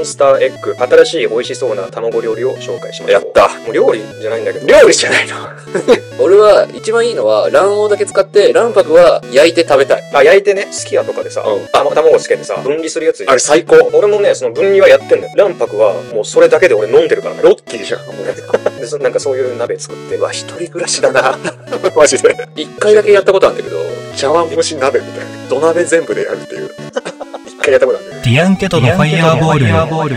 スターエッグ、新しい美味しそうな卵料理を紹介しましょう。 やった。 もう料理じゃないんだけど。 料理じゃないの俺は一番いいのは卵黄だけ使って卵白は焼いて食べたい。 あ、焼いてね、すき家とかでさ、卵つけてさ、分離するやつ。 あれ最高。 俺もね、その分離はやってんだよ。卵白はもうそれだけで俺飲んでるからね。 ロッキーじゃん。 で、なんかそういう鍋作って。 うわ、一人暮らしだな。マジで。一回だけやったことあるんだけど、茶碗蒸し鍋みたいな。土鍋全部でやるっていう。一回やったことあるんだけど。 ディアンケトのファイヤーボール。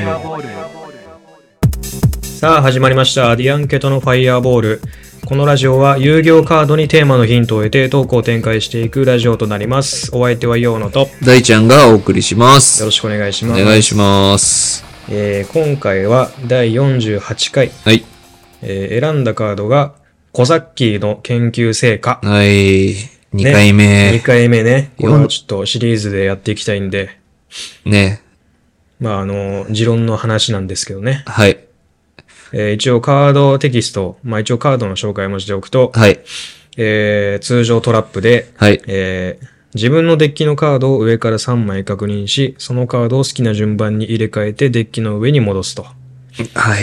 さあ始まりました。ディアンケトのファイヤーボール。このラジオは遊戯王カードにテーマのヒントを得てトークを展開していくラジオとなります。お相手はヨーノと大ちゃんがお送りします。 よろしくお願いします。 お願いします。 今回は第48回。 はい。 選んだカードがコザッキーの研究成果。 はい。2回目。 ね、2回目ね。これはちょっとシリーズでやっていきたいんで。 ね。 まあ持論の話なんですけどね。 はい。 一応カードテキスト、まあ一応カードの紹介もしておくと、 はい。 通常トラップで、 はい。 自分のデッキのカードを上から3枚確認し、そのカードを好きな順番に入れ替えてデッキの上に戻すと。 はい。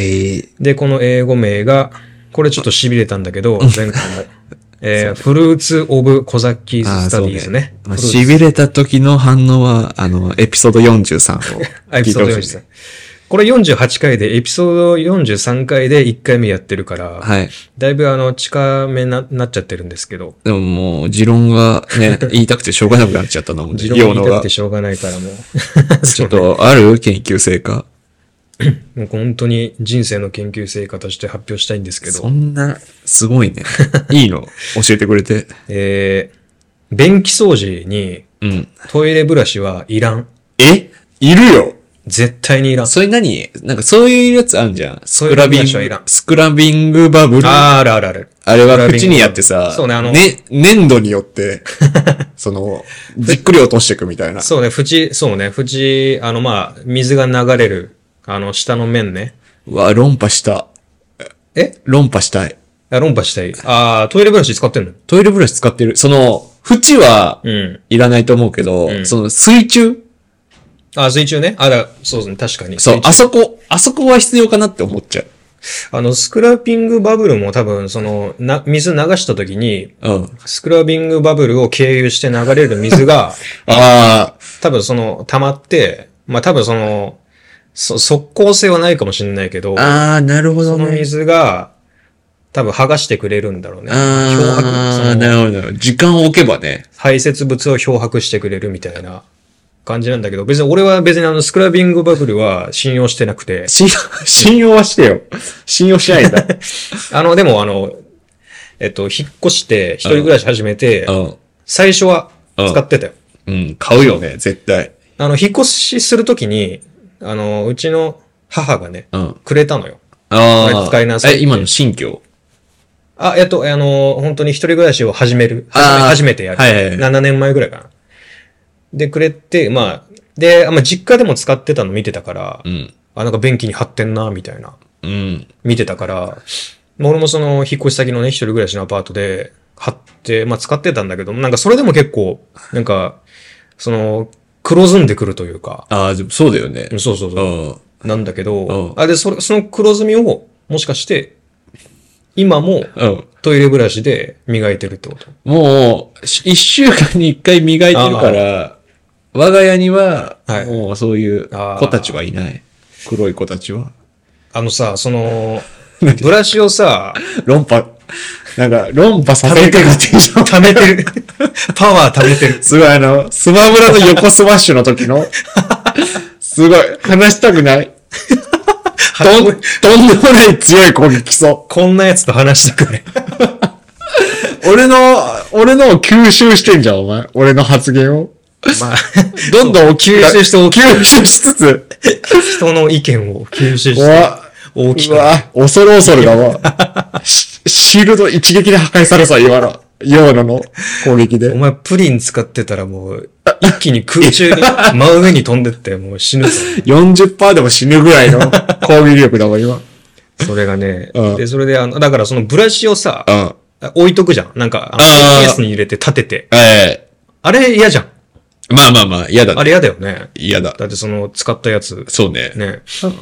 で、この英語名が、これちょっと痺れたんだけど、前回も。フルーツ・オブ・コザッキーズ・スタディーズね。 痺れた時の反応は、エピソード43をエピソード43。これ48回で、エピソード43回で1回目やってるから、 はい。 だいぶ近めなっちゃってるんですけど。 でももう、持論がね、言いたくてしょうがなくなっちゃったのもんね。 持論が言いたくてしょうがないからもう。 ちょっと、ある研究成果。 もう本当に人生の研究成果として発表したいんですけど。 そんな、すごいね。いいの教えてくれて。 便器掃除に、トイレブラシはいらん。 いるよ絶対にいらん。 それ何なんかそういうやつあんじゃん。スクラビングバブル。 あるあるある。 あれは縁にやってさ、 そうね、 粘土によって、じっくり落としていくみたいな。 そうね、水が流れる、下の面ね。 うわ、論破した。論破したい。 論破したい。トイレブラシ使ってんの？ トイレブラシ使ってる。縁は、いらないと思うけど、水中水中ね。そうですね、確かに。 そう、あそこは必要かなって思っちゃう。 スクラピングバブルも多分、水流した時に、スクラビングバブルを経由して流れる水が、多分溜まって、まあ多分即効性はないかもしれないけど、 なるほどね。 その水が、多分剥がしてくれるんだろうね。 漂白。なるほど。時間を置けばね。 排泄物を漂白してくれるみたいな感じなんだけど、俺は別にスクラビングバブルは信用してなくて。 信用はしてよ。信用しないんだ。 でも引っ越して一人暮らし始めて、最初は使ってたよ。 買うよね、絶対。 引っ越しするときに、うちの母がね、くれたのよ。使いなさい。 今の新居？ 本当に一人暮らしを初めてやる。7年前ぐらいかな。で、くれて、実家でも使ってたの見てたから、なんか便器に貼ってんな、みたいな。見てたから、俺も引っ越し先のね、一人暮らしのアパートで貼って、使ってたんだけど、なんかそれでも結構、なんか、黒ずんでくるというか。 そうだよね。 そうなんだけど、その黒ずみを、もしかして、今も、トイレブラシで磨いてるってこと？ もう、1週間に1回磨いてるから、我が家には、もうそういう子たちはいない。黒い子たちは。 ブラシをさ、 論破させてるって溜めてる。パワー溜めてる。 すごいスマブラの横スマッシュの時の、すごい、話したくない。とんでもない強い攻撃そう。 こんなやつと話したくない。 俺のを吸収してんじゃん、お前。俺の発言を。どんどん吸収しつつ。 人の意見を吸収して。大きく。 恐るだわ。シールド一撃で破壊されそう、今の。ヨーノの攻撃で。 お前プリン使ってたらもう、一気に空中に、真上に飛んでってもう死ぬぞ。 40% でも死ぬぐらいの攻撃力だわ、今。 それがね。で、それでだからブラシをさ、置いとくじゃん。なんか、ケースに入れて立てて。あれ嫌じゃん。 まあまあまあ、嫌だね。 あれ嫌だよね。 嫌だ。 だってその使ったやつ。 そうね。 ね。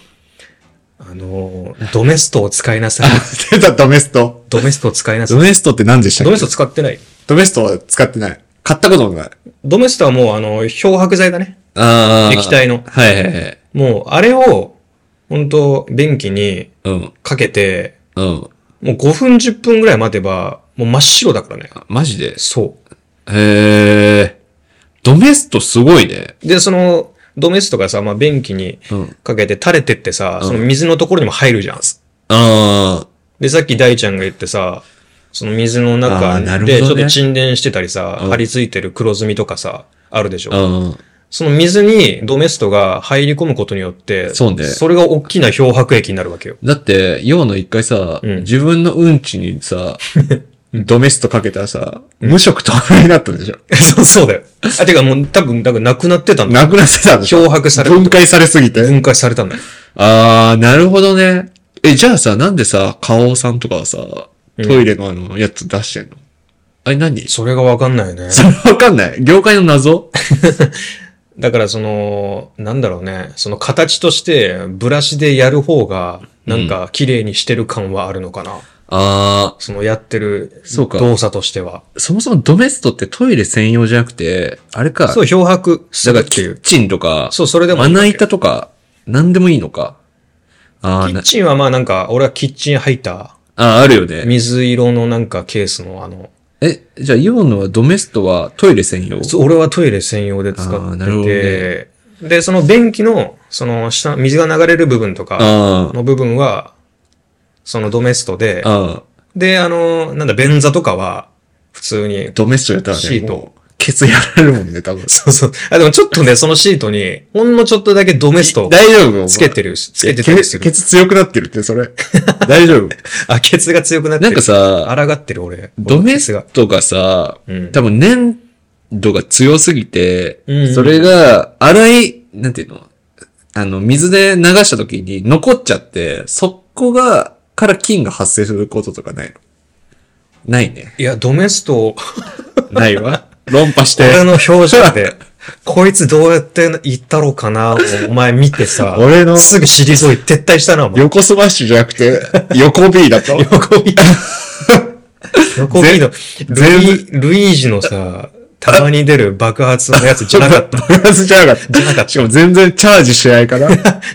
ドメストを使いなさい。 出た、ドメスト。 ドメストを使いなさい。 ドメストって何でしたっけ？ ドメスト使ってない。 ドメストは使ってない。買ったこともない。 ドメストはもう漂白剤だね。 ああ。 液体の。 はいはいはい。 もう、あれを、本当便器にうん。 かけて、 うん。 もう5分10分ぐらい待てば、もう真っ白だからね。 マジで？ そへえ。ドメストすごいね。 う。で、ドメストがさ、まあ、便器にかけて垂れてってさ、 うんその水のところにも入るじゃん。 ああ。 で、さっき大ちゃんが言ってさ、その水の中でちょっと沈殿してたりさ、張り付いてる黒ずみとかさ、あるでしょ。 うん。 その水にドメストが入り込むことによって、 そうね。 それが大きな漂白液になるわけよ。 だって、ヨウの一回さ、 うん自分のうんちにさ、ドメストかけたらさ、無色透明になったでしょ。 そうだよ。てかもう多分、なくなってたんだよ。 なくなってたんでしょ。 漂白され分解されすぎて。 分解されたんだよ。 あー、なるほどね。じゃあさ、なんでさ、花王さんとかはさ、トイレのやつ出してんの？あれ何？ それがわかんないよね。 それわかんない。業界の謎？ だからなんだろうね、その形としてブラシでやる方が、なんか綺麗にしてる感はあるのかな。 あそのやってるそうか動作としては。 そもそもドメストってトイレ専用じゃなくて、あれか。 そう、漂白すだからキるっていう。 ッチンとか、 そう、それでもいいまなわけ。 板とか、なんでもいいのか。あーキッチンはまあなんか、俺はキッチンハイタあるよね。 ー。水色のなんかケースのじゃあ、イオンのはドメストはトイレ専用？ そう俺はトイレ専用で使あーってなるほどて、で、その便器の、下、水が流れる部分とかの部分は、そのドメストで、で、なんだ、便座とかは、普通に、 ドメストやったらね、 シートもう、ケツやられるもんね、多分。 そうそう。でもちょっとね、そのシートに、ほんのちょっとだけドメスト大丈夫つけてる、つけてたりする。 ケツ強くなってるって、それ。大丈夫？ あ、ケツが強くなってる。 なんかさ、 抗ってる俺。 ドメストがさ、 うん多分粘度が強すぎて、 うんそれが、なんていうの？水で流した時に残っちゃって、そこから菌が発生することとかないの？ないね。 いや、ドメスト、 ないわ。論破して。 俺の表情で、こいつどうやって言ったろうかな、お前見てさ、 俺のすぐ退い撤退したな、お前。 横スマッシュじゃなくて、横 B だと。 横 B。横 B の、ルイージのさ、たまに出る爆発のやつじゃなかった。 爆発じゃなかった。 じゃなかった。 しかも全然チャージしないから。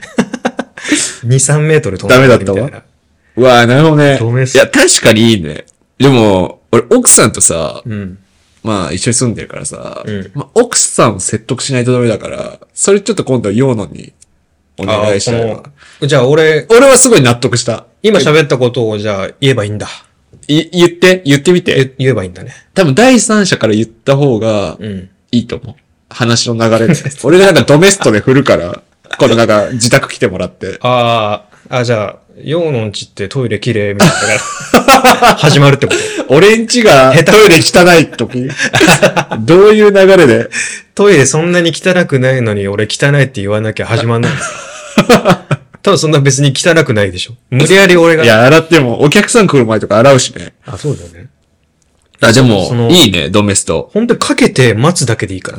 2、3メートル飛んダメだみたいな。 ったわ。うわぁ、なるほどね。 ドメスいや、確かにいいね。でも、俺、奥さんとさ、 うん。 まあ、一緒に住んでるからさ、 うんまあ、奥さんを説得しないとダメだから、それちょっと今度はヨーノにお願いしたいわ。 じゃあ俺はすごい納得した。 今喋ったことをじゃあ言えばいいんだ。 言ってみて。 言えばいいんだね。 多分第三者から言った方がうん。 いいと思う。話の流れで。俺がなんかドメストで振るから、このなんか自宅来てもらって。 じゃあ、ヨーノンちってトイレ綺麗みたいなから始まるってこと俺んちがトイレ汚い時、どういう流れでトイレそんなに汚くないのに俺汚いって言わなきゃ始まんない。多分そんな別に汚くないでしょ。無理やり俺が。 いや、洗っても、お客さん来る前とか洗うしね。 そうだよね。 でも、いいね、ドメスト。 ほんとかけて待つだけでいいから。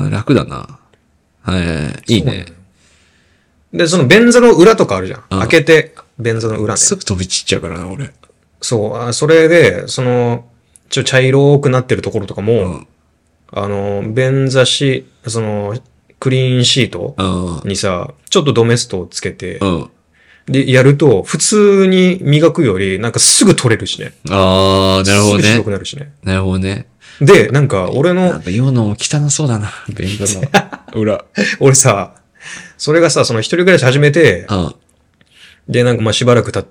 楽だな。はい、いいね。 で、その便座の裏とかあるじゃん。開けて、便座の裏ね。 すぐ飛び散っちゃうからな、俺。 そう、それで、茶色くなってるところとかも、便座クリーンシートにさ、ちょっとドメストをつけて、で、やると、普通に磨くより、なんかすぐ取れるしね。 なるほどね。 すぐ白くなるしね。 なるほどね。 で、なんか、俺の、 なんか世の汚そうだな、便座の裏。 俺さ、それがさ、一人暮らし始めて、で、なんかまあしばらく経って、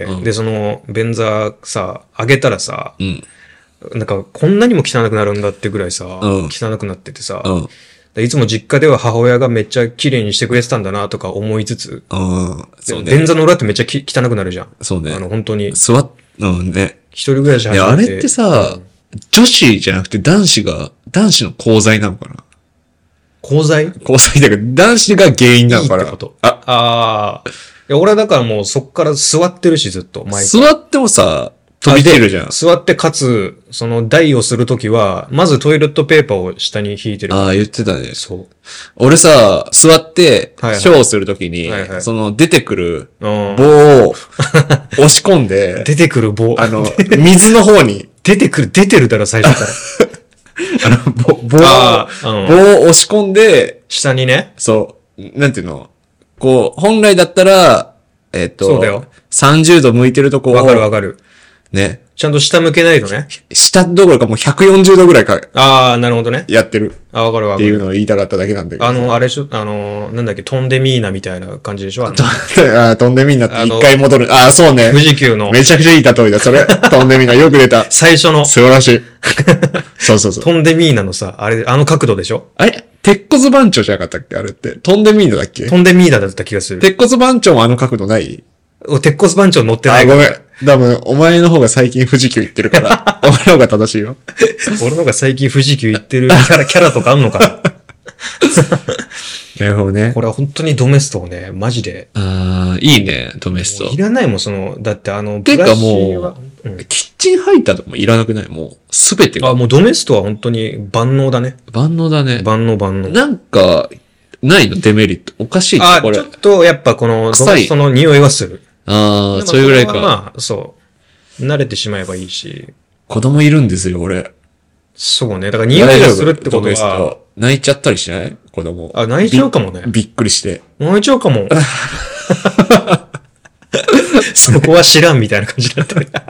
で、便座さ、上げたらさ、なんかこんなにも汚くなるんだってぐらいさ、汚くなっててさ、いつも実家では母親がめっちゃ綺麗にしてくれてたんだなとか思いつつ、 そうね。 便座の裏ってめっちゃ汚くなるじゃん。 そうね。 本当に。 ね。 一人暮らし始めて。 いや、あれってさ、女子じゃなくて男子の功罪なのかな？ 功罪だけど、男子が原因なのかな？ いいってこと。いや、俺はだからもうそっから座ってるし、ずっと。 座ってもさ、 飛び出るじゃん。 座ってかつ、その台をするときは、まずトイレットペーパーを下に引いてる。 ああ、言ってたね。 そう。 俺さ、座って、 はいはいショーをするときに、 はいはいその出てくる棒うんを押し込んで、 出てくる棒。 水の方に、 出てるだろ、最初から。 棒を押し込んで、 下にね。 そう、なんていうの、こう、本来だったら、 そうだよ。 30度向いてるとこを、 わかるわかる。 ね。 ちゃんと下向けないとね。 下どころかもう140度ぐらいか、 ああ、なるほどね。 やってるわかるわかる。 っていうのを言いたかっただけなんだけど。 あれでしょなんだっけ、トンデミーナみたいな感じでしょ飛んでみんなって一回戻る。ああ、そうね。 富士急の。 めちゃくちゃいい例えだ、それ。飛んでみんなよく出た。 最初の。 素晴らしい。そうそうそう。 トンデミーナのさ、あれ、角度でしょあれ鉄骨番長じゃなかったっけあれって。飛んでみんなだっけトンデミーナだった気がする。 鉄骨番長もあの角度ない鉄骨番長乗ってない。 ごめん。多分、お前の方が最近富士急行ってるから、お前の方が正しいよ。 俺の方が最近富士急行ってるキャラとかあんのかななるほどね。 これは本当にドメストをね、マジで。 いいね、ドメスト。 いらないもん、だっててかもう、キッチンハイターとかもいらなくないもう、すべてが。 もうドメストは本当に万能だね。 万能だね。 万能。 なんか、ないのデメリット。おかしいこれ。 ちょっと、やっぱこの、ドメストの匂いはする。 それぐらいか。 まあ、そう。慣れてしまえばいいし。 子供いるんですよ、俺。 そうね。だから匂いがするってことは。 泣いちゃったりしない子供。 泣いちゃうかもね。 びっくりして。 泣いちゃうかも。そこは知らんみたいな感じだった。だから、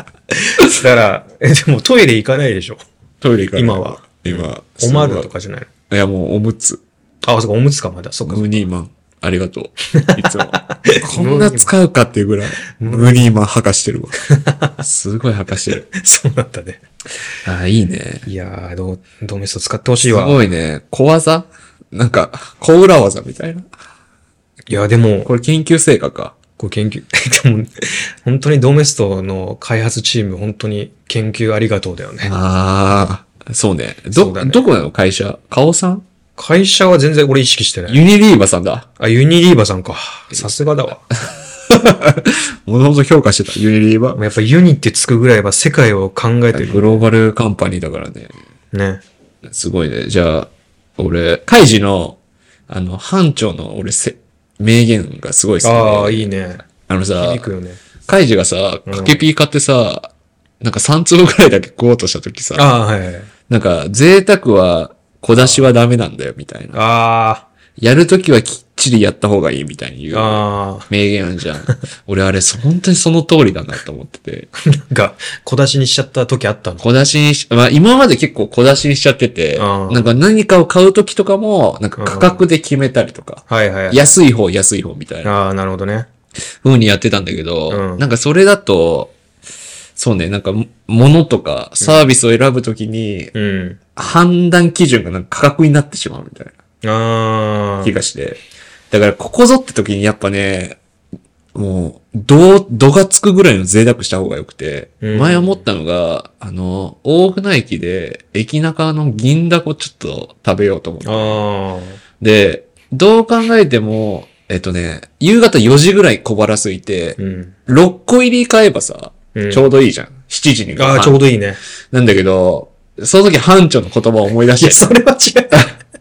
でもトイレ行かないでしょ。 トイレ行かない。 今は。 今。 おまるとかじゃないの？いや、もうおむつ。 そうか、おむつか、まだ。そっか。 ムニーマン。ありがとう。いつも。こんな使うかっていうぐらい、ムニーマン吐かしてるわ。すごい吐かしてる。 そうなんだね。 いいね。 いやー、ドメスト使ってほしいわ。 すごいね。小技なんか、小裏技みたいな。 いや、でも。 これ研究成果か。 これ研究。でも、本当にドメストの開発チーム、本当に研究ありがとうだよね。 そうね。どこなの会社？カオさん？ 会社は全然俺意識してない。 ユニリーバさんだ。 ユニリーバさんか。さすがだわ。 もともと評価してた、ユニリーバ。 やっぱユニってつくぐらいは世界を考えてる。 グローバルカンパニーだからね。 ね。 すごいね。じゃあ、俺、カイジの、班長の名言がすごい好きで。 いいね。 さ、 響くよね。 カイジがさ、かけピー買ってさ、なんか3粒ぐらいだけ食おうとしたときさ、 はい。 なんか、贅沢は、小出しはダメなんだよ、みたいな。やるときはきっちりやった方がいいみたいに言う。名言あるじゃん。俺あれ、本当にその通りだなと思ってて。 なんか、小出しにしちゃった時あったの？ 小出しに今まで結構小出しにしちゃってて、なんか何かを買うときとかも、なんか価格で決めたりとか。安い方みたいな。 なるほどね。 風にやってたんだけど、なんかそれだと、そうね、なんか、物とかサービスを選ぶときに、判断基準がなんか価格になってしまうみたいな気がして。だからここぞって時にやっぱね、もう、度がつくぐらいの贅沢した方がよくて、前思ったのが、大船駅で駅中の銀だこちょっと食べようと思って。で、どう考えても、夕方4時ぐらい小腹空いて、6個入り買えばさ、ちょうどいいじゃん。7時に。 ちょうどいいね。 なんだけど、その時班長の言葉を思い出して。 それは違う。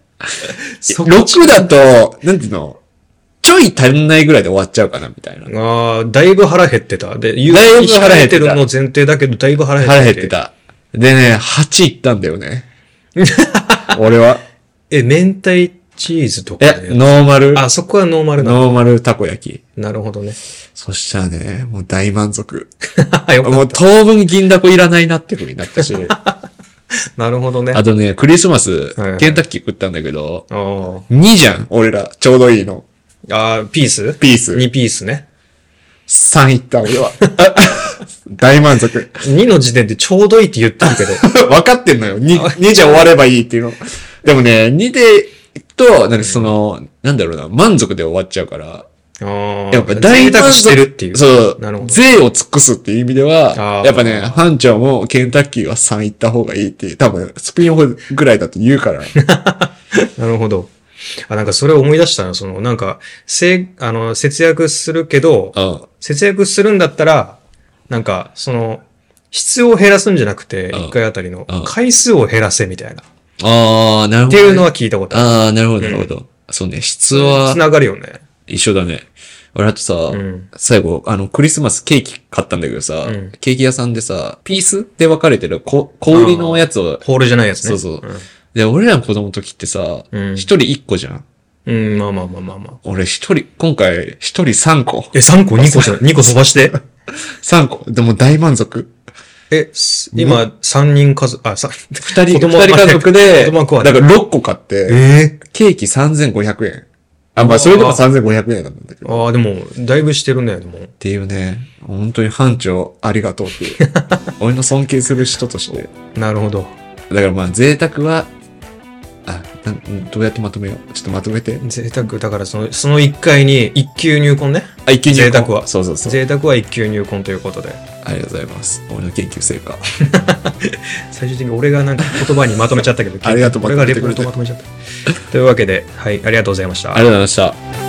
6だと、なんていうの、ちょい足んないぐらいで終わっちゃうかな、みたいな。 だいぶ腹減ってた。で、 だいぶ腹減ってるの前提だけど、だいぶ腹減ってた。 腹減ってた。でね、8いったんだよね。俺は。 明太チーズとか。 ノーマル。 そこはノーマルだ。 ノーマルたこ焼き。 なるほどね。 そしたらね、もう大満足。 もう当分銀だこいらないなって風になったし。 なるほどね。 あとね、クリスマス、ケンタッキー食ったんだけど、2じゃん、俺ら。ちょうどいいの。 ピース ?2 ピースね。 3いった、俺は。大満足。 2の時点でちょうどいいって言ってるけど。 分かってんのよ。2じゃ終わればいいっていうの。でもね、2で、なんかなんだろうな、満足で終わっちゃうから。やっぱ大満足してるっていう。 そう。税を尽くすっていう意味では、やっぱね、班長もケンタッキーは3行った方がいいって、多分スピンオフぐらいだと言うから。 なるほど。なんかそれを思い出したの。なんか、節約するけど、節約するんだったら、なんか、 質を減らすんじゃなくて、1回あたりの回数を減らせみたいな。 ああ、なるほど、 っていうのは聞いたことある。 ああ、なるほど、なるほど。そうね、質は。 つながるよね。 一緒だね。俺あとさ、最後、クリスマスケーキ買ったんだけどさ、ケーキ屋さんでさ、ピースで分かれてる小売りのやつを。 ホールじゃないやつね。 そうそう。で、俺らの子供の時ってさ、一人一個じゃん。 まあ。 俺今回一人3個。 3個 ?2 個じゃん。2個飛ばして。 3個。でも大満足。 今、3人家族、 2人家族で、だから6個買って、ケーキ3500円。まあ、それでも3500円なんだけど。 でも、だいぶしてるね、でも。 っていうね、本当に班長ありがとうっていう。俺の尊敬する人として。 なるほど。 だからまあ、贅沢は、どうやってまとめよう。ちょっとまとめて。 贅沢、だからその1回に1級入婚ね。 1級入婚。 贅沢は。 そう。 贅沢は1級入婚ということで。 ありがとうございます。俺の研究成果。 最終的に俺がなんか言葉にまとめちゃったけど、 ありがとう俺がレポートまとめちゃった。というわけで、はい、ありがとうございました。 ありがとうございました。